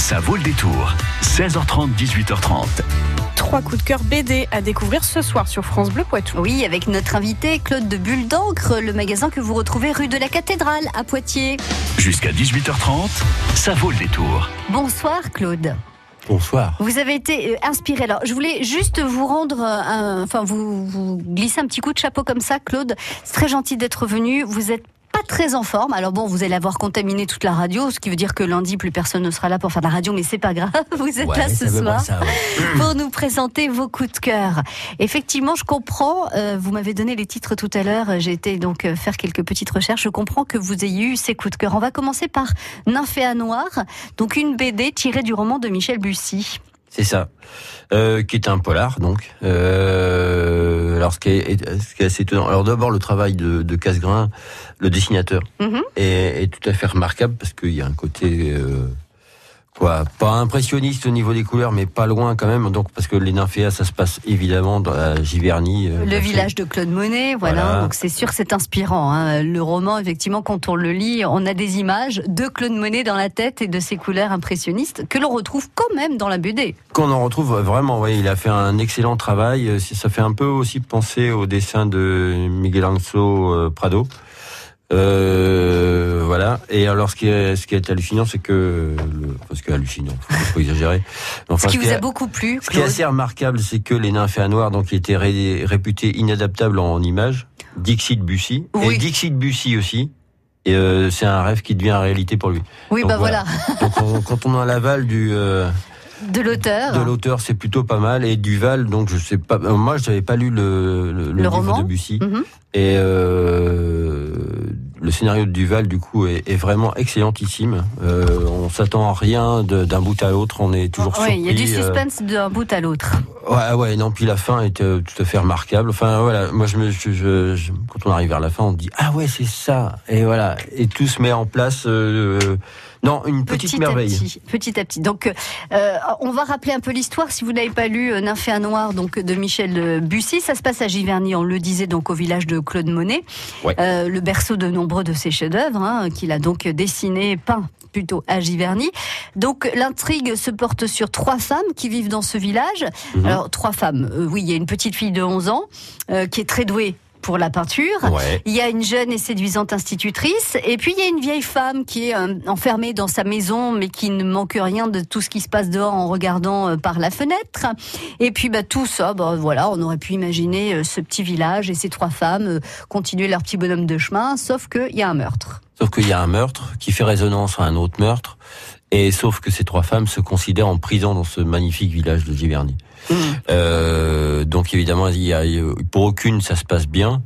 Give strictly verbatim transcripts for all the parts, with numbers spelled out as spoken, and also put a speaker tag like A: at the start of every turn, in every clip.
A: Ça vaut le détour. seize heures trente, dix-huit heures trente.
B: Trois coups de cœur B D à découvrir ce soir sur France Bleu Poitou.
C: Oui, avec notre invité Claude de Bulle d'Encre, le magasin que vous retrouvez rue de la Cathédrale à Poitiers.
A: Jusqu'à dix-huit heures trente, ça vaut le détour.
C: Bonsoir Claude.
D: Bonsoir.
C: Vous avez été inspiré. Alors, je voulais juste vous rendre, un, enfin, vous, vous glisser un petit coup de chapeau comme ça, Claude. C'est très gentil d'être venu. Vous êtes pas très en forme. Alors bon, vous allez avoir contaminé toute la radio, ce qui veut dire que lundi, plus personne ne sera là pour faire de la radio, mais c'est pas grave. Vous êtes
D: ouais,
C: là ce soir
D: ça, ouais.
C: pour nous présenter vos coups de cœur. Effectivement, je comprends. Euh, vous m'avez donné les titres tout à l'heure. J'ai été donc faire quelques petites recherches. Je comprends que vous ayez eu ces coups de cœur. On va commencer par Nymphéa Noir, donc une B D tirée du roman de Michel Bussy.
D: C'est ça, euh, qui est un polar, donc. Euh, alors, ce qui, est, ce qui est assez étonnant. Alors, d'abord, le travail de, de Casgrain, le dessinateur, mm-hmm. est, est tout à fait remarquable parce qu'il y a un côté, euh, quoi, pas impressionniste au niveau des couleurs, mais pas loin quand même. Donc, parce que les Nymphéas, ça se passe évidemment dans la Giverny.
C: Euh, le village de Claude Monet, voilà. voilà. Donc, c'est sûr que c'est inspirant. Hein. Le roman, effectivement, quand on le lit, on a des images de Claude Monet dans la tête et de ses couleurs impressionnistes que l'on retrouve quand même dans la B D.
D: Qu'on en retrouve vraiment, oui, il a fait un excellent travail. Ça fait un peu aussi penser au dessin de Miguel Ángel Prado. Euh, voilà. Et alors, ce qui est, ce qui est hallucinant, c'est que, le, enfin, ce qui est hallucinant, faut pas exagérer.
C: Enfin, ce qui
D: ce
C: vous
D: qui
C: a beaucoup plu, Claude.
D: Ce qui est assez remarquable, c'est que les Nymphéas Noirs, donc, qui étaient ré, réputés inadaptables en images, Dixit Bussy, oui. et Dixit Bussy aussi. Et euh, c'est un rêve qui devient réalité pour lui.
C: Oui, donc, bah voilà. voilà.
D: Donc, on, quand on a l'aval du euh,
C: de l'auteur,
D: de l'auteur, c'est plutôt pas mal. Et Duval, donc je sais pas. Moi, je n'avais pas lu le, le, le, le livre roman de Bussy. Mm-hmm. Et euh, le scénario de Duval, du coup, est, est vraiment excellentissime. Euh, on s'attend à rien de, d'un bout à l'autre. On est toujours
C: oh,
D: surpris.
C: Oui, il y a du suspense euh... d'un bout à l'autre.
D: Ouais, ouais. Non, puis la fin est euh, tout à fait remarquable. Enfin, voilà. Moi, je me, je, je, je, quand on arrive vers la fin, on dit ah ouais, c'est ça. Et voilà. Et tout se met en place. Euh, Non, une petite
C: petit
D: merveille.
C: À petit, petit à petit. Donc, euh, on va rappeler un peu l'histoire. Si vous n'avez pas lu euh, Nymphéa Noir, donc de Michel Bussy, ça se passe à Giverny. On le disait donc au village de Claude Monet, ouais. euh, le berceau de nombreux de ses chefs-d'œuvre, hein, qu'il a donc dessiné, peint plutôt à Giverny. Donc, l'intrigue se porte sur trois femmes qui vivent dans ce village. Mmh. Alors, trois femmes. Euh, oui, il y a une petite fille de onze ans euh, qui est très douée pour la peinture. Ouais. Il y a une jeune et séduisante institutrice, et puis il y a une vieille femme qui est euh, enfermée dans sa maison, mais qui ne manque rien de tout ce qui se passe dehors en regardant euh, par la fenêtre. Et puis bah, tout ça, bah, voilà, on aurait pu imaginer euh, ce petit village et ces trois femmes euh, continuer leur petit bonhomme de chemin, sauf qu'il y a un meurtre.
D: Sauf qu'il y a un meurtre qui fait résonance à un autre meurtre, et sauf que ces trois femmes se considèrent en prison dans ce magnifique village de Giverny. Mmh. Euh, donc évidemment, il y a, pour aucune ça se passe bien.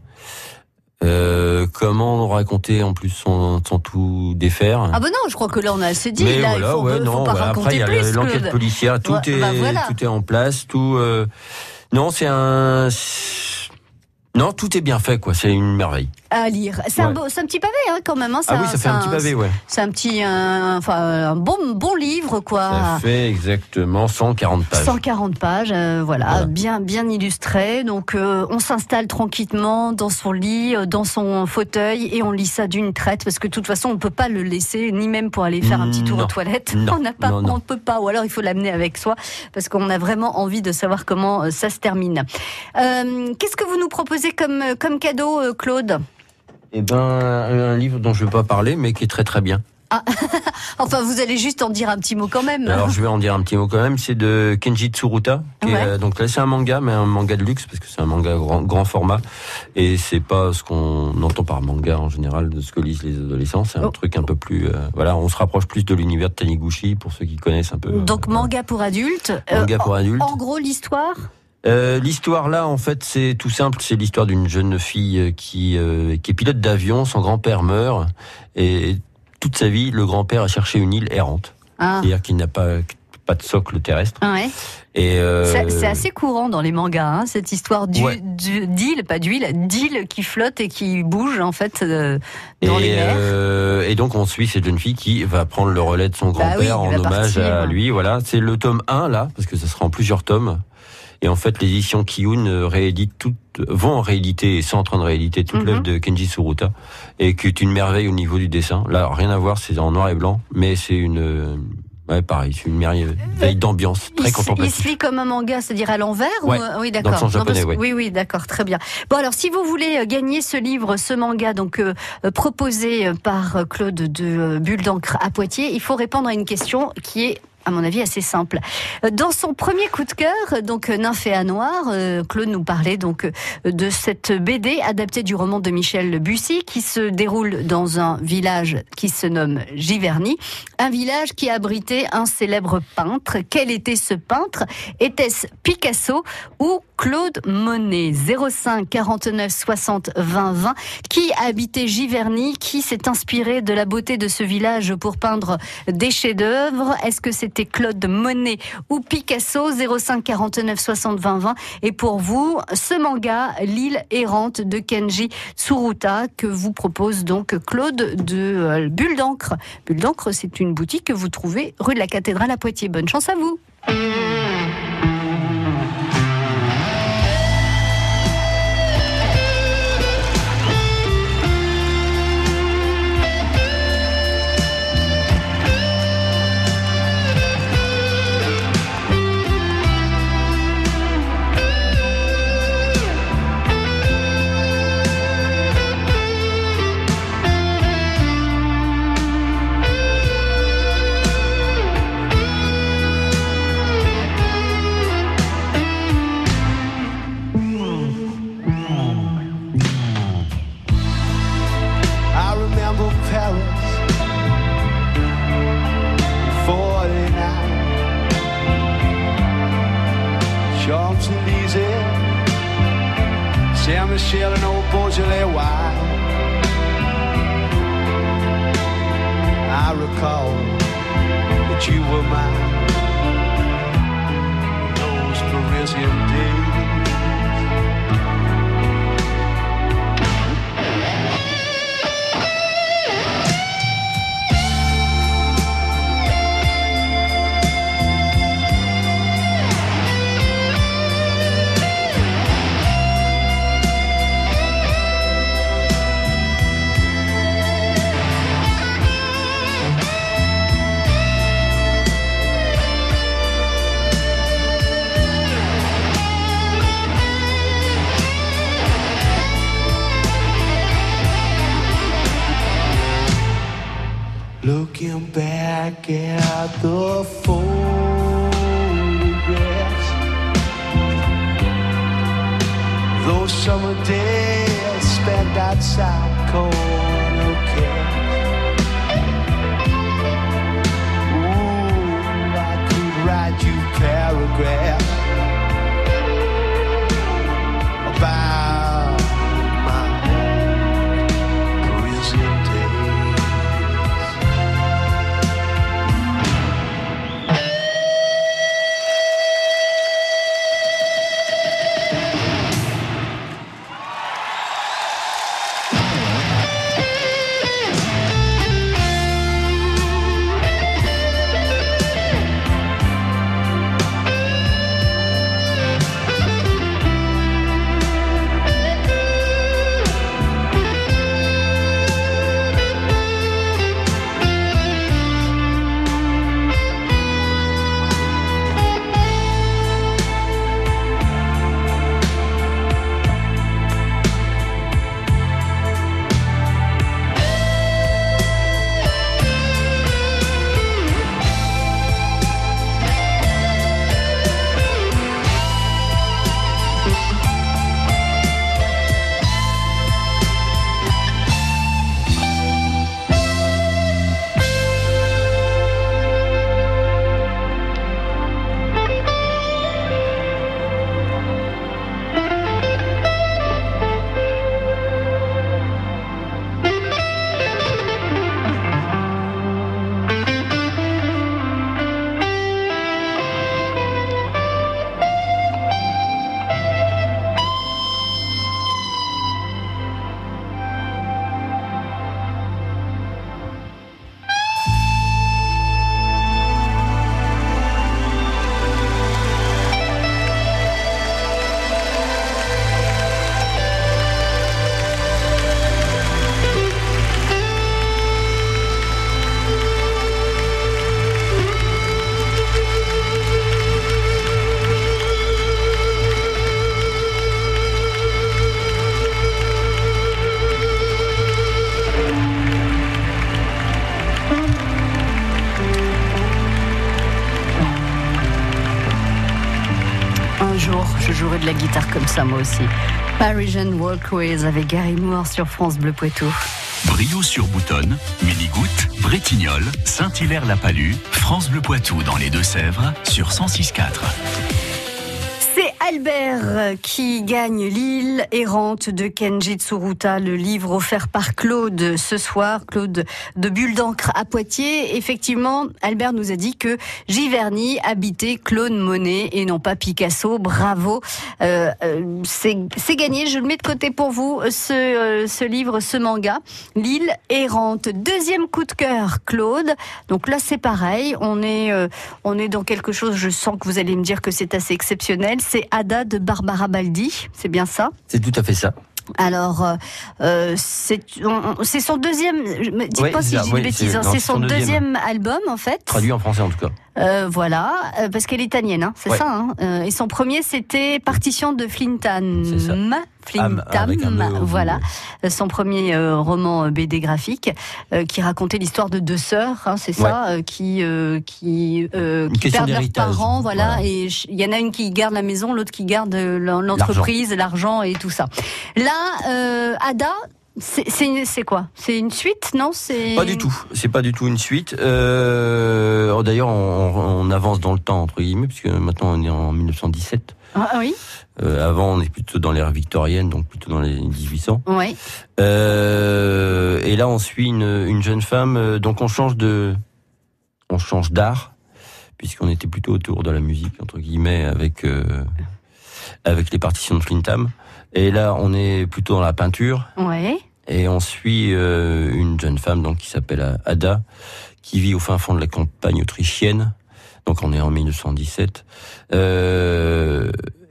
D: Euh, comment raconter en plus sans, sans tout défaire?
C: Ah ben non, je crois que là on a assez dit.
D: Mais
C: là,
D: voilà,
C: il faut,
D: ouais,
C: faut
D: non,
C: pas
D: voilà.
C: raconter
D: Après il y a
C: plus,
D: l'enquête
C: Claude.
D: policière, tout ouais, est bah voilà. tout est en place, tout. Euh... Non, c'est un. Non, tout est bien fait, quoi. C'est une merveille.
C: À lire. C'est, ouais. un, beau, c'est un petit pavé, hein, quand même. Hein.
D: Ah oui, ça fait un, un petit pavé, ouais.
C: C'est un petit, un, enfin, un bon, bon livre, quoi.
D: Ça fait exactement cent quarante pages.
C: cent quarante pages, euh, voilà, voilà, bien, bien illustré. Donc, euh, on s'installe tranquillement dans son lit, dans son fauteuil, et on lit ça d'une traite, parce que de toute façon, on peut pas le laisser, ni même pour aller faire un petit tour
D: non.
C: aux toilettes.
D: Non.
C: On n'a pas,
D: non, non.
C: on ne peut pas, ou alors il faut l'amener avec soi, parce qu'on a vraiment envie de savoir comment ça se termine. Euh, qu'est-ce que vous nous proposez comme, comme cadeau, Claude?
D: Eh ben, un livre dont je ne vais pas parler, mais qui est très très bien.
C: Ah, enfin, vous allez juste en dire un petit mot quand même.
D: Alors, je vais en dire un petit mot quand même. C'est de Kenji Tsuruta. Qui ouais. est, donc là, c'est un manga, mais un manga de luxe, parce que c'est un manga grand, grand format. Et c'est pas ce qu'on entend par manga en général, de ce que lisent les adolescents. C'est un oh. truc un peu plus... Euh, voilà, on se rapproche plus de l'univers de Taniguchi, pour ceux qui connaissent un peu.
C: Donc,
D: euh,
C: manga pour adultes.
D: Manga
C: euh,
D: pour adultes.
C: En, en gros, l'histoire
D: Euh, l'histoire là, en fait, c'est tout simple. C'est l'histoire d'une jeune fille qui euh, qui est pilote d'avion. Son grand-père meurt et toute sa vie, le grand-père a cherché une île errante, ah. c'est-à-dire qu'il n'a pas pas de socle terrestre.
C: Ah ouais.
D: Et euh...
C: c'est, c'est assez courant dans les mangas, hein, cette histoire du,
D: ouais.
C: du, d'île, pas d'huile, d'île qui flotte et qui bouge en fait euh, dans
D: et
C: les mers.
D: Euh, et donc on suit cette jeune fille qui va prendre le relais de son grand-père bah oui, en hommage partir. à lui. Voilà, c'est le tome un là, parce que ça sera en plusieurs tomes. Et en fait, l'édition Kiyun réédite toute, vont rééditer et sont en train de rééditer toute mm-hmm. l'œuvre de Kenji Tsuruta, et qui est une merveille au niveau du dessin. Là, rien à voir, c'est en noir et blanc, mais c'est une Ouais, pareil, c'est une merveille d'ambiance, très contemplative.
C: Il se lit comme un manga, c'est-à-dire à l'envers
D: ouais,
C: ou... Oui, d'accord.
D: Dans le sens japonais,
C: non, parce...
D: oui.
C: Oui, oui, d'accord, très bien. Bon, alors, si vous voulez gagner ce livre, ce manga, donc euh, proposé par Claude de Bulle d'encre à Poitiers, il faut répondre à une question qui est, à mon avis, assez simple. Dans son premier coup de cœur, donc Nymphéa Noire, euh, Claude nous parlait donc de cette B D adaptée du roman de Michel Bussy qui se déroule dans un village qui se nomme Giverny, un village qui abritait un célèbre peintre. Quel était ce peintre? Était-ce Picasso ou Claude Monet? Zéro cinq quarante-neuf soixante vingt vingt. Qui habitait Giverny? Qui s'est inspiré de la beauté de ce village pour peindre des chefs-d'œuvre? Est-ce que c'est C'était Claude Monet ou Picasso? Zéro cinq quarante-neuf soixante vingt vingt. Et pour vous, ce manga, L'île errante de Kenji Tsuruta, que vous propose donc Claude de euh, Bulle d'encre. Bulle d'encre, c'est une boutique que vous trouvez rue de la Cathédrale à Poitiers. Bonne chance à vous.
E: Saint-Michel and old Beaujolais wine. I recall that you were mine in those Parisian days. Looking back at the photographs, those summer days spent outside corner cafes. Ooh, I could write you paragraphs about my Parisian days.
C: jour, je jouerai de la guitare comme ça moi aussi. Parisian Walkways avec Gary Moore sur France Bleu Poitou.
A: Brio-sur-Boutonne, Mini-Goutte, Bretignolles, Saint-Hilaire-la-Palud, France Bleu Poitou dans les Deux-Sèvres sur cent six virgule quatre.
C: C'est Albert qui gagne L'île errante de Kenji Tsuruta, le livre offert par Claude ce soir, Claude de Bulle d'encre à Poitiers. Effectivement, Albert nous a dit que Giverny habitait Claude Monet et non pas Picasso. Bravo, euh, euh, c'est, c'est gagné. Je le mets de côté pour vous, ce, euh, ce livre, ce manga, L'île errante. Deuxième coup de cœur, Claude. Donc là, c'est pareil. On est, euh, on est dans quelque chose. Je sens que vous allez me dire que c'est assez exceptionnel. C'est Ada de Barbara Baldi, c'est bien ça ?
D: C'est tout à fait ça.
C: Alors, euh, c'est, on, c'est son deuxième. Dites-moi
D: ouais,
C: si je dis
D: oui,
C: une bêtise.
D: c'est,
C: hein,
D: non,
C: c'est son deuxième. deuxième album en fait.
D: Traduit en français en tout cas.
C: Euh, voilà, euh, parce qu'elle est italienne, hein, c'est
D: ouais.
C: ça. Hein, euh, et son premier, c'était Partition de Flintam.
D: C'est ça.
C: Flintam, voilà. Ouais. Son premier euh, roman B D graphique euh, qui racontait l'histoire de deux sœurs, hein, c'est ça, ouais. euh, qui euh, qui, euh, qui perdent leurs parents, voilà. voilà. Et il y en a une qui garde la maison, l'autre qui garde l'entreprise, l'argent, l'argent et tout ça. Là, euh, Ada. C'est, c'est, c'est quoi ? C'est une suite, non ? C'est...
D: Pas du tout. C'est pas du tout une suite. Euh, d'ailleurs, on, on avance dans le temps, entre guillemets, puisque maintenant on est en mille neuf cent dix-sept.
C: Ah oui.
D: Euh, avant, on est plutôt dans l'ère victorienne, donc plutôt dans les dix-huit cents.
C: Oui.
D: Euh, et là, on suit une, une jeune femme. Donc, on change de, on change d'art, puisqu'on était plutôt autour de la musique, entre guillemets, avec euh, avec les partitions de Flintam. Et là, on est plutôt dans la peinture.
C: Ouais.
D: Et on suit euh, une jeune femme donc qui s'appelle Ada, qui vit au fin fond de la campagne autrichienne. Donc on est en mille neuf cent dix-sept euh,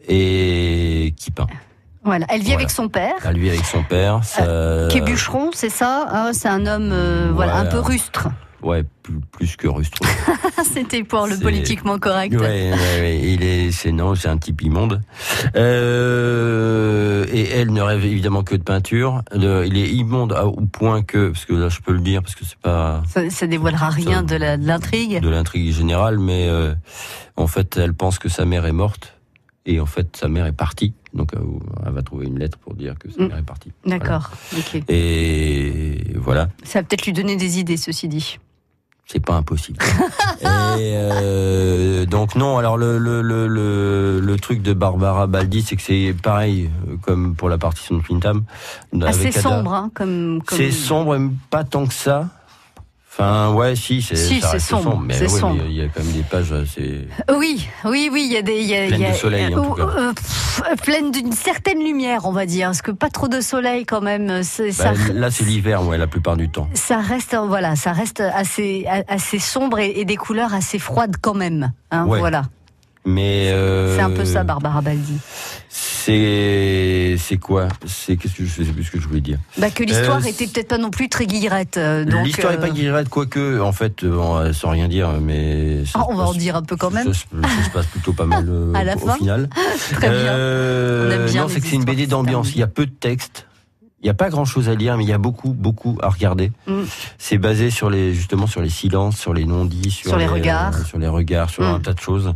D: et qui peint.
C: Voilà, elle vit voilà. avec son père.
D: Elle vit avec son père. Ça...
C: Euh, qui est bûcheron, c'est ça hein, c'est un homme, euh, ouais, voilà, un peu rustre.
D: Ouais, plus, plus que rustre.
C: C'était pour le c'est... politiquement correct.
D: Ouais, ouais, ouais, il est, c'est non, c'est un type immonde. Euh, et elle ne rêve évidemment que de peinture. Le, il est immonde au point que, parce que là, je peux le dire, parce que c'est pas.
C: Ça, ça dévoilera ça, rien de, la, de l'intrigue.
D: De l'intrigue générale, mais euh, en fait, elle pense que sa mère est morte. Et en fait, sa mère est partie. Donc, elle va trouver une lettre pour dire que sa mmh. mère est partie.
C: D'accord.
D: Voilà.
C: Okay.
D: Et voilà.
C: Ça va peut-être lui donner des idées, ceci dit.
D: C'est pas impossible. Et euh, donc non, alors le, le le le le truc de Barbara Baldi, c'est que c'est pareil comme pour la partition de Flintam.
C: Assez sombre, hein, comme, comme.
D: C'est sombre, mais pas tant que ça. Enfin, ouais, si, c'est,
C: si,
D: ça
C: c'est
D: reste
C: sombre.
D: sombre. Mais
C: c'est
D: ouais,
C: sombre.
D: il y a quand même des pages assez.
C: Oui, oui, oui, il y a des, il y a,
D: pleines
C: y a,
D: de soleil, en tout cas.
C: Euh, pleines d'une certaine lumière, on va dire, parce que pas trop de soleil quand même. C'est,
D: bah,
C: ça,
D: là, c'est l'hiver, ouais, la plupart du temps.
C: Ça reste, voilà, ça reste assez, assez sombre et, et des couleurs assez froides quand même. Hein,
D: ouais.
C: Voilà.
D: Mais euh,
C: c'est un peu ça, Barbara Baldi.
D: C'est c'est quoi C'est qu'est-ce que je sais plus ce que je voulais dire.
C: Bah que l'histoire euh, était peut-être pas non plus très guillerette. Donc
D: l'histoire
C: euh...
D: n'est pas guillerette, quoique en fait, bon, sans rien dire, mais
C: ah, on va passe, en dire un peu quand même.
D: Ça, ça se passe plutôt pas mal euh,
C: à la
D: au
C: fin.
D: final.
C: Très
D: euh,
C: bien. On aime bien
D: non, c'est que c'est une B D d'ambiance. Il y a peu de texte. Il n'y a pas grand-chose à lire, mais il y a beaucoup, beaucoup à regarder. Mm. C'est basé sur les, justement, sur les silences, sur les non-dits, sur,
C: sur les, les regards,
D: euh, sur les regards, sur
C: mm.
D: un tas de choses.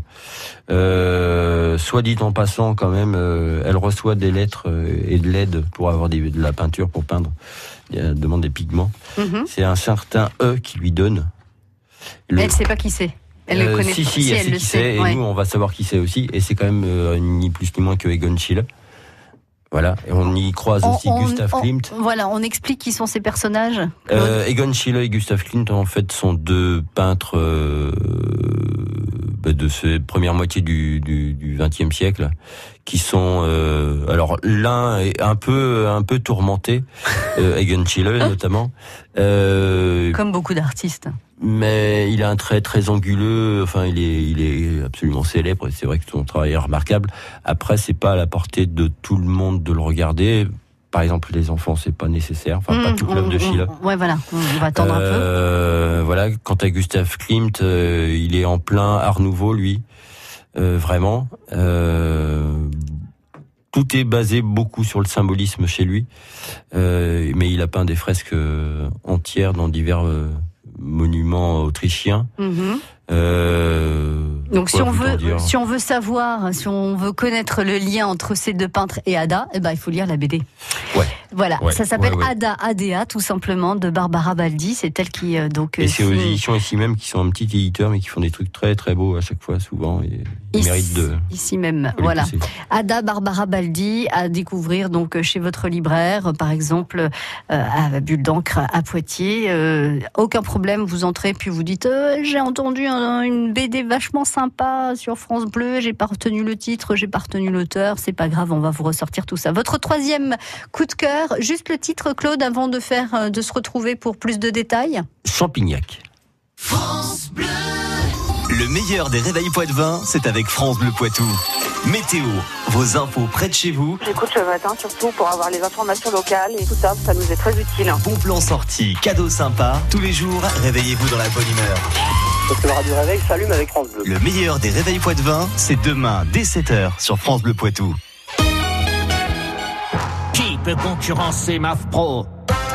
D: Euh, soit dit en passant, quand même, euh, elle reçoit des lettres euh, et de l'aide pour avoir des, de la peinture pour peindre. Elle demande des pigments. Mm-hmm. C'est un certain E qui lui donne.
C: Le... Mais elle ne sait pas qui c'est. Elle
D: euh,
C: le connaît.
D: Si, si,
C: si
D: elle,
C: elle
D: sait
C: le
D: qui
C: sait.
D: c'est.
C: Ouais.
D: Et nous, on va savoir qui c'est aussi. Et c'est quand même euh, ni plus ni moins que Egon Schiele. Voilà, et on y croise
C: on,
D: aussi
C: on,
D: Gustav
C: on,
D: Klimt.
C: Voilà, on explique qui sont ces personnages.
D: Euh, Egon Schiele et Gustav Klimt, en fait, sont deux peintres euh, bah, de cette première moitié du du, du vingtième siècle, qui sont euh, alors l'un est un peu un peu tourmenté, euh, Egon Schiele notamment. Euh,
C: Comme beaucoup d'artistes.
D: Mais il a un trait très anguleux, enfin il est il est absolument célèbre, et c'est vrai que son travail est remarquable. Après, c'est pas à la portée de tout le monde de le regarder. Par exemple, les enfants, c'est pas nécessaire, enfin mmh, pas toute l'œuvre de Schiele.
C: Ouais, voilà, on va attendre
D: euh, un peu. Voilà, quant à Gustav Klimt, euh, il est en plein Art Nouveau, lui, euh, vraiment. Euh, tout est basé beaucoup sur le symbolisme chez lui, euh, mais il a peint des fresques entières dans divers euh, monuments autrichiens. Mmh. Euh,
C: Donc si
D: Ouais,
C: on
D: faut
C: veut,
D: t'en dire.
C: si on veut savoir, si on veut connaître le lien entre ces deux peintres et Ada, eh ben il faut lire la B D.
D: Ouais.
C: Voilà,
D: Ouais,
C: ça s'appelle
D: ouais, ouais.
C: Ada A D A tout simplement de Barbara Baldi. C'est elle qui euh, donc.
D: Et
C: euh,
D: c'est aux
C: signe-
D: éditions ici même qui sont un petit éditeur mais qui font des trucs très très beaux à chaque fois souvent et ils
C: Ici-
D: méritent de.
C: Ici même,
D: faut les
C: voilà.
D: pousser.
C: Ada Barbara Baldi à découvrir donc chez votre libraire, par exemple euh, à Bulle d'encre à Poitiers. Euh, aucun problème, vous entrez puis vous dites euh, j'ai entendu un- une B D vachement sympa sur France Bleu, j'ai pas retenu le titre, j'ai pas retenu l'auteur, c'est pas grave, on va vous ressortir tout ça. Votre troisième coup de cœur, juste le titre Claude avant de faire euh, de se retrouver pour plus de détails.
D: Champignac.
F: Le meilleur des réveils Poitevin, c'est avec France Bleu Poitou. Météo, vos infos près de chez vous,
G: J'écoute le matin surtout pour avoir les informations locales et tout ça, ça nous est très utile.
F: bon plan sorti, cadeaux sympas. Tous les jours, réveillez-vous dans la bonne humeur.
H: Parce que le radio réveil s'allume avec France Bleu.
F: Le meilleur des réveils Poitevin, c'est demain dès sept heures sur France Bleu Poitou.
I: Qui peut concurrencer M A F Pro?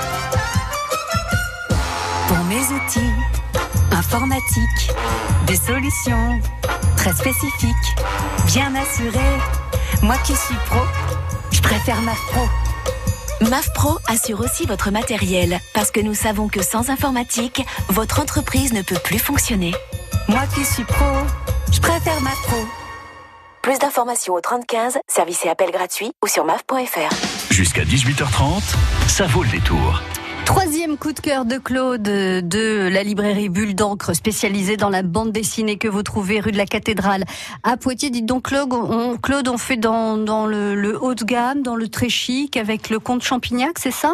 J: Pour mes outils informatiques, des solutions très spécifiques, bien assurées. Moi qui suis pro, je préfère M A F Pro.
K: M A F Pro assure aussi votre matériel, parce que nous savons que sans informatique, votre entreprise ne peut plus fonctionner.
J: Moi qui suis pro, je préfère M A F Pro.
K: Plus d'informations au trente quinze, service et appel gratuit ou sur maf point f r.
A: Jusqu'à dix-huit heures trente, ça vaut le détour.
C: Troisième coup de cœur de Claude de la librairie Bulle d'encre spécialisée dans la bande dessinée que vous trouvez rue de la Cathédrale à Poitiers. Dites donc Claude, on, Claude, on fait dans, dans le, le haut de gamme, dans le très chic avec le comte Champignac, c'est ça?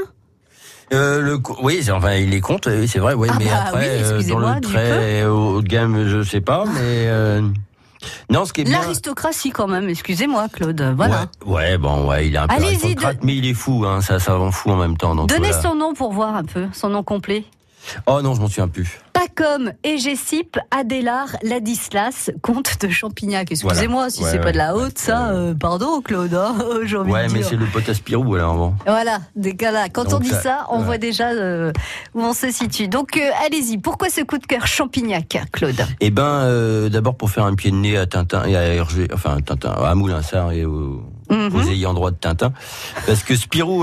D: Euh, le, co- oui, c'est- enfin, il les compte, oui, c'est vrai, oui,
C: Ah
D: mais
C: bah
D: après,
C: oui,
D: euh, dans
C: excusez-moi,
D: le
C: du
D: très haut de gamme, je sais pas, mais euh, non, ce qui est bien.
C: L'aristocratie quand même, excusez-moi Claude, voilà.
D: Ouais, ouais, bon, ouais, il est un peu
C: Allez-y,
D: aristocrate, mais il est fou, hein, ça, ça en fout en même temps. Donc
C: Donnez
D: voilà.
C: son nom pour voir un peu, son nom complet.
D: Oh non, je m'en souviens plus.
C: Pacom Égésipe Adélard Ladislas, comte de Champignac. Excusez-moi
D: Voilà.
C: si
D: Ouais,
C: c'est
D: ouais.
C: pas de la haute, ça, euh, pardon Claude, hein, j'ai envie
D: Ouais,
C: de
D: mais
C: dire.
D: c'est le pote à Spirou, alors bon.
C: Voilà, des cas là. Quand
D: Donc
C: on dit ça,
D: ça,
C: on
D: ouais.
C: voit déjà euh, où on se situe. Donc euh, allez-y, pourquoi ce coup de cœur Champignac, Claude?
D: Eh ben, euh, d'abord pour faire un pied de nez à Tintin et à Hergé, enfin Tintin, à Moulinsart et aux,
C: Mhm.
D: aux ayants droit de Tintin, parce que Spirou,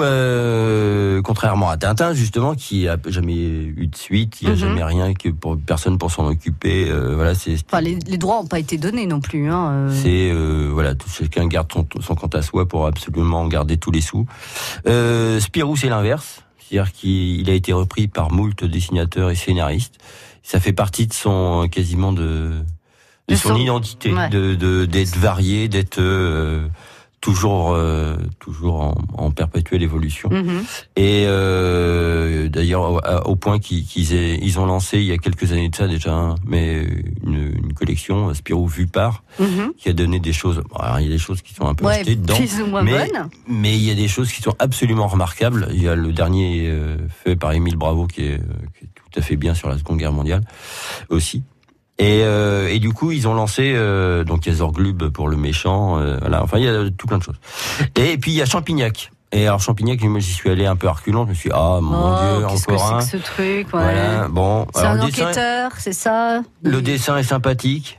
D: euh, contrairement à Tintin justement, qui a jamais eu de suite, il n'y a
C: Mhm.
D: jamais rien que pour personne pour s'en occuper. Euh, voilà, c'est
C: Enfin, les, les droits n'ont pas été donnés non plus. Hein, euh.
D: c'est euh, voilà, tout chacun garde son, son compte à soi pour absolument garder tous les sous. Euh, Spirou, c'est l'inverse, c'est-à-dire qu'il a été repris par moult dessinateurs et scénaristes. Ça fait partie de son quasiment de de
C: De
D: son,
C: son-
D: identité,
C: ouais.
D: de de d'être varié, d'être euh, toujours euh, toujours en, en perpétuelle évolution.
C: Mhm.
D: Et euh, d'ailleurs au, au point qu'ils qu'ils aient, ils ont lancé il y a quelques années de ça déjà, hein, mais une, une collection Spirou vue par
C: Mhm.
D: qui a donné des choses. Alors, il y a des choses qui sont un peu
C: Ouais,
D: achetées dedans,
C: plus ou moins
D: mais
C: bonnes.
D: mais il y a des choses qui sont absolument remarquables. Il y a le dernier euh, fait par Émile Bravo qui est, euh, qui est tout à fait bien sur la Seconde Guerre mondiale aussi. Et, euh, et du coup, ils ont lancé euh, donc il y a Zorglub pour le méchant, euh, voilà. Enfin, il y a tout plein de choses. Et puis il y a Champignac. Et alors Champignac, moi j'y suis allé un peu reculant. Je me suis dit, ah mon
C: Oh,
D: Dieu,
C: qu'est-ce que
D: encore un.
C: c'est que ce truc, ouais.
D: Voilà. Bon,
C: C'est
D: alors,
C: un
D: le dessin,
C: enquêteur, c'est ça?
D: le dessin est sympathique.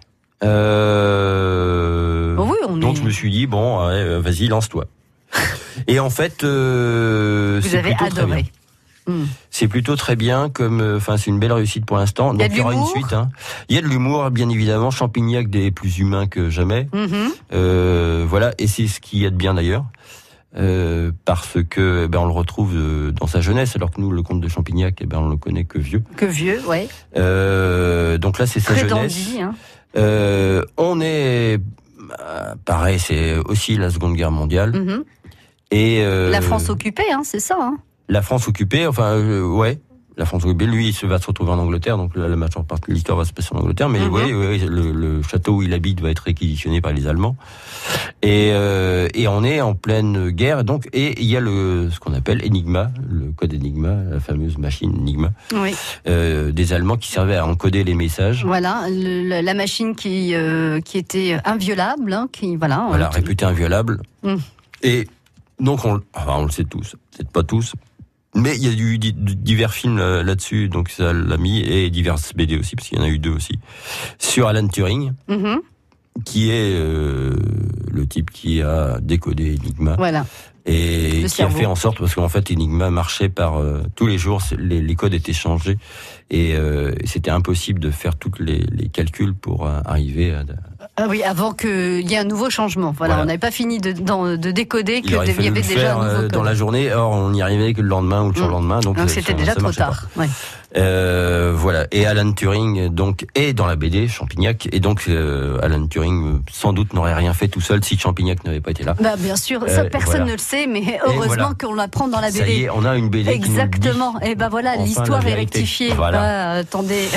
D: Euh,
C: Oh oui, on
D: donc
C: est-
D: je me suis dit bon, ouais, vas-y, lance-toi. Et en fait, euh,
C: Vous
D: c'est
C: avez
D: plutôt très bien.
C: adoré. Hmm.
D: C'est plutôt très bien, comme, enfin, c'est une belle réussite pour l'instant.
C: Il y a
D: Donc
C: de
D: il y aura une
C: l'humour
D: suite. Hein. Il y a de l'humour, bien évidemment. Champignac des plus humains que jamais.
C: Mhm.
D: Euh, voilà, et c'est ce qu'il y a de bien d'ailleurs. Euh, parce que ben on le retrouve euh, dans sa jeunesse, alors que nous le comte de Champignac, eh ben on le connaît que vieux.
C: Que vieux, ouais.
D: Euh, donc là c'est sa
C: Très
D: jeunesse.
C: dandy, hein.
D: Euh, on est euh, pareil, c'est aussi la Seconde Guerre mondiale
C: Mhm.
D: et euh,
C: La France occupée, hein, c'est ça. Hein.
D: la France occupée, enfin euh, ouais. La France occupée, lui, il se va se retrouver en Angleterre, donc la, la majeure partie de l'histoire va se passer en Angleterre. Mais
C: Mhm.
D: oui, oui, le, le château où il habite va être réquisitionné par les Allemands. Et, euh, et on est en pleine guerre, donc et il y a le ce qu'on appelle Enigma, le code Enigma, la fameuse machine Enigma,
C: Oui.
D: euh, des Allemands qui servaient à encoder les messages.
C: Voilà, le- la, la machine qui euh, qui était inviolable, hein, qui voilà.
D: Voilà,
C: on-
D: réputée inviolable.
C: Mm.
D: Et donc on, enfin, on le sait tous, peut-être pas tous. Mais il y a eu di- divers films là- là-dessus, donc ça l'a mis, et divers B D aussi, parce qu'il y en a eu deux aussi, sur Alan Turing.
C: Mhm.
D: qui est euh, le type qui a décodé Enigma.
C: Voilà.
D: Et le qui cerveau. a fait en sorte, parce qu'en fait Enigma marchait par euh, tous les jours, les, les codes étaient changés et, euh, et c'était impossible de faire tous les, les calculs pour euh, arriver à...
C: Ah oui, avant qu'il y ait un nouveau changement. Voilà, voilà. On n'avait pas fini de, de, de décoder qu'il y avait
D: le
C: déjà
D: faire,
C: un nouveau code.
D: Dans la journée, or on n'y arrivait que le lendemain ou le surlendemain. Donc,
C: donc c'était
D: ça,
C: déjà
D: ça
C: trop tard. Ouais.
D: Euh, voilà. Et Alan Turing donc est dans la B D Champignac et donc euh, Alan Turing sans doute n'aurait rien fait tout seul si Champignac n'avait pas été là.
C: Bah bien sûr, ça euh, personne voilà. ne le sait, mais heureusement voilà. qu'on l'apprend dans la B D.
D: Ça y est, on a une B D.
C: Exactement.
D: Qui nous dit
C: et ben voilà, enfin, l'histoire est rectifiée.
D: Voilà.
C: Ah, attendez.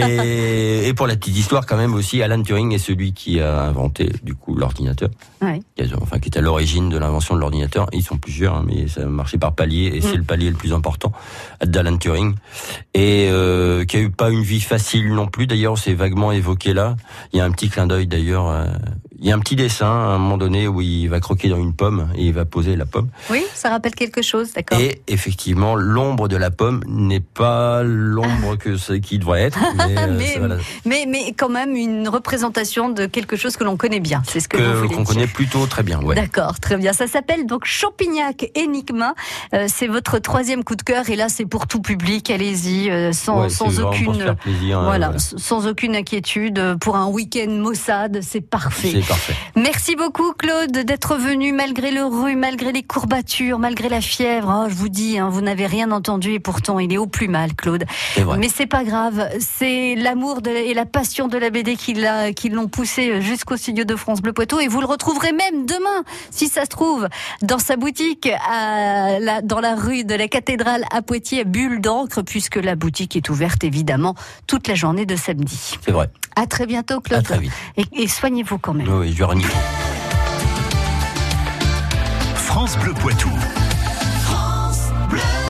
D: et, et pour la petite histoire quand même aussi, Alan Turing est celui qui a inventé du coup l'ordinateur.
C: Ouais.
D: Qui, a, enfin, qui est à l'origine de l'invention de l'ordinateur. Ils sont plusieurs, hein, mais ça marchait par palier et mm. c'est le palier le plus important d'Alan Turing. Et euh, qui a eu pas une vie facile non plus. D'ailleurs, c'est vaguement évoqué là. Il y a un petit clin d'œil d'ailleurs. Euh, il y a un petit dessin à un moment donné où il va croquer dans une pomme et il va poser la pomme.
C: Oui, ça rappelle quelque chose, d'accord.
D: Et effectivement, l'ombre de la pomme n'est pas l'ombre que ce qui devrait être. Mais, euh,
C: mais,
D: voilà.
C: mais, mais quand même une représentation de quelque chose que l'on connaît bien. C'est ce que, que vous voulez
D: qu'on
C: dire.
D: connaît plutôt très bien. Ouais.
C: D'accord, très bien. Ça s'appelle donc Champignac Enigma. Euh, c'est votre troisième coup de cœur et là c'est pour tout public. Allez-y, euh, sans,
D: ouais,
C: sans aucune,
D: plaisir,
C: voilà,
D: euh, voilà,
C: sans aucune inquiétude. Pour un week-end Mossad, c'est parfait.
D: C'est parfait.
C: Merci beaucoup Claude d'être venu malgré le rhume, malgré les courbatures, malgré la fièvre. Oh, je vous dis, hein, vous n'avez rien entendu et pourtant il est au plus mal, Claude.
D: C'est vrai.
C: Mais c'est pas grave. C'est l'amour de, et la passion de la B D qui, l'a, qui l'ont poussé jusqu'au studio de France Bleu Poitou et vous le retrouverez même demain, si ça se trouve, dans sa boutique à la, dans la rue de la Cathédrale à Poitiers, à Bulle d'encre, puisque la boutique est ouverte évidemment toute la journée de samedi.
D: C'est vrai.
C: À très bientôt, Claude.
D: À très vite.
C: Et, et soignez-vous quand même.
D: Oui, je vais renier.
A: France Bleu Poitou.